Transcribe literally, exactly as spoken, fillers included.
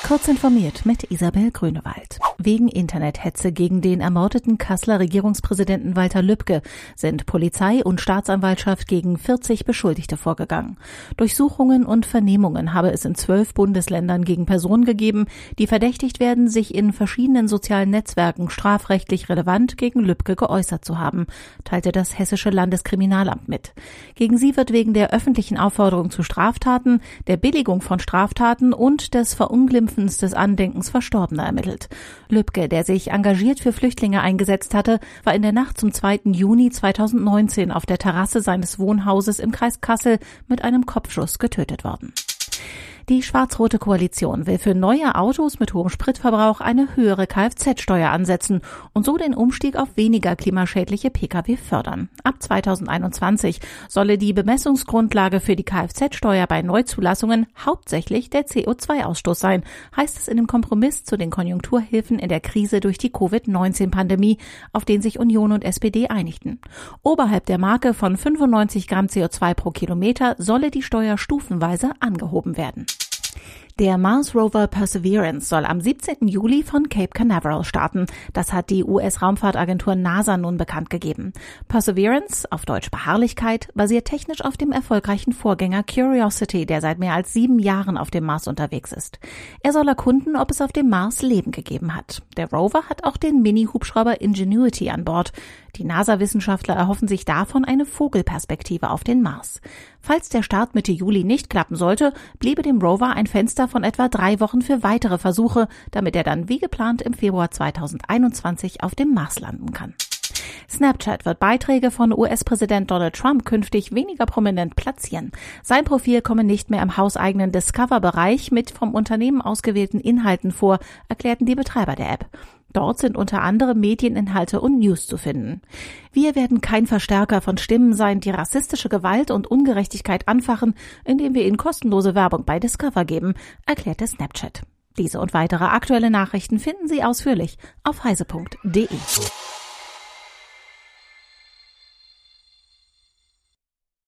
Kurz informiert mit Isabel Grünewald. Wegen Internethetze gegen den ermordeten Kasseler Regierungspräsidenten Walter Lübcke sind Polizei und Staatsanwaltschaft gegen vierzig Beschuldigte vorgegangen. Durchsuchungen und Vernehmungen habe es in zwölf Bundesländern gegen Personen gegeben, die verdächtigt werden, sich in verschiedenen sozialen Netzwerken strafrechtlich relevant gegen Lübcke geäußert zu haben, teilte das Hessische Landeskriminalamt mit. Gegen sie wird wegen der öffentlichen Aufforderung zu Straftaten, der Billigung von Straftaten und des Verunglimpfens des Andenkens Verstorbener ermittelt. Lübcke, der sich engagiert für Flüchtlinge eingesetzt hatte, war in der Nacht zum zweiten Juni zweitausendneunzehn auf der Terrasse seines Wohnhauses im Kreis Kassel mit einem Kopfschuss getötet worden. Die schwarz-rote Koalition will für neue Autos mit hohem Spritverbrauch eine höhere Kfz-Steuer ansetzen und so den Umstieg auf weniger klimaschädliche Pkw fördern. Ab zweitausendeinundzwanzig solle die Bemessungsgrundlage für die Kfz-Steuer bei Neuzulassungen hauptsächlich der C O zwei Ausstoß sein, heißt es in dem Kompromiss zu den Konjunkturhilfen in der Krise durch die Covid neunzehn Pandemie, auf den sich Union und S P D einigten. Oberhalb der Marke von fünfundneunzig Gramm C O zwei pro Kilometer solle die Steuer stufenweise angehoben werden. Der Mars Rover Perseverance soll am siebzehnten Juli von Cape Canaveral starten. Das hat die U S-Raumfahrtagentur NASA nun bekannt gegeben. Perseverance, auf Deutsch Beharrlichkeit, basiert technisch auf dem erfolgreichen Vorgänger Curiosity, der seit mehr als sieben Jahren auf dem Mars unterwegs ist. Er soll erkunden, ob es auf dem Mars Leben gegeben hat. Der Rover hat auch den Mini-Hubschrauber Ingenuity an Bord. Die NASA-Wissenschaftler erhoffen sich davon eine Vogelperspektive auf den Mars. Falls der Start Mitte Juli nicht klappen sollte, bliebe dem Rover ein Fenster von etwa drei Wochen für weitere Versuche, damit er dann wie geplant im Februar zweitausendeinundzwanzig auf dem Mars landen kann. Snapchat wird Beiträge von U S-Präsident Donald Trump künftig weniger prominent platzieren. Sein Profil komme nicht mehr im hauseigenen Discover-Bereich mit vom Unternehmen ausgewählten Inhalten vor, erklärten die Betreiber der App. Dort sind unter anderem Medieninhalte und News zu finden. Wir werden kein Verstärker von Stimmen sein, die rassistische Gewalt und Ungerechtigkeit anfachen, indem wir ihnen kostenlose Werbung bei Discover geben, erklärte Snapchat. Diese und weitere aktuelle Nachrichten finden Sie ausführlich auf heise punkt de.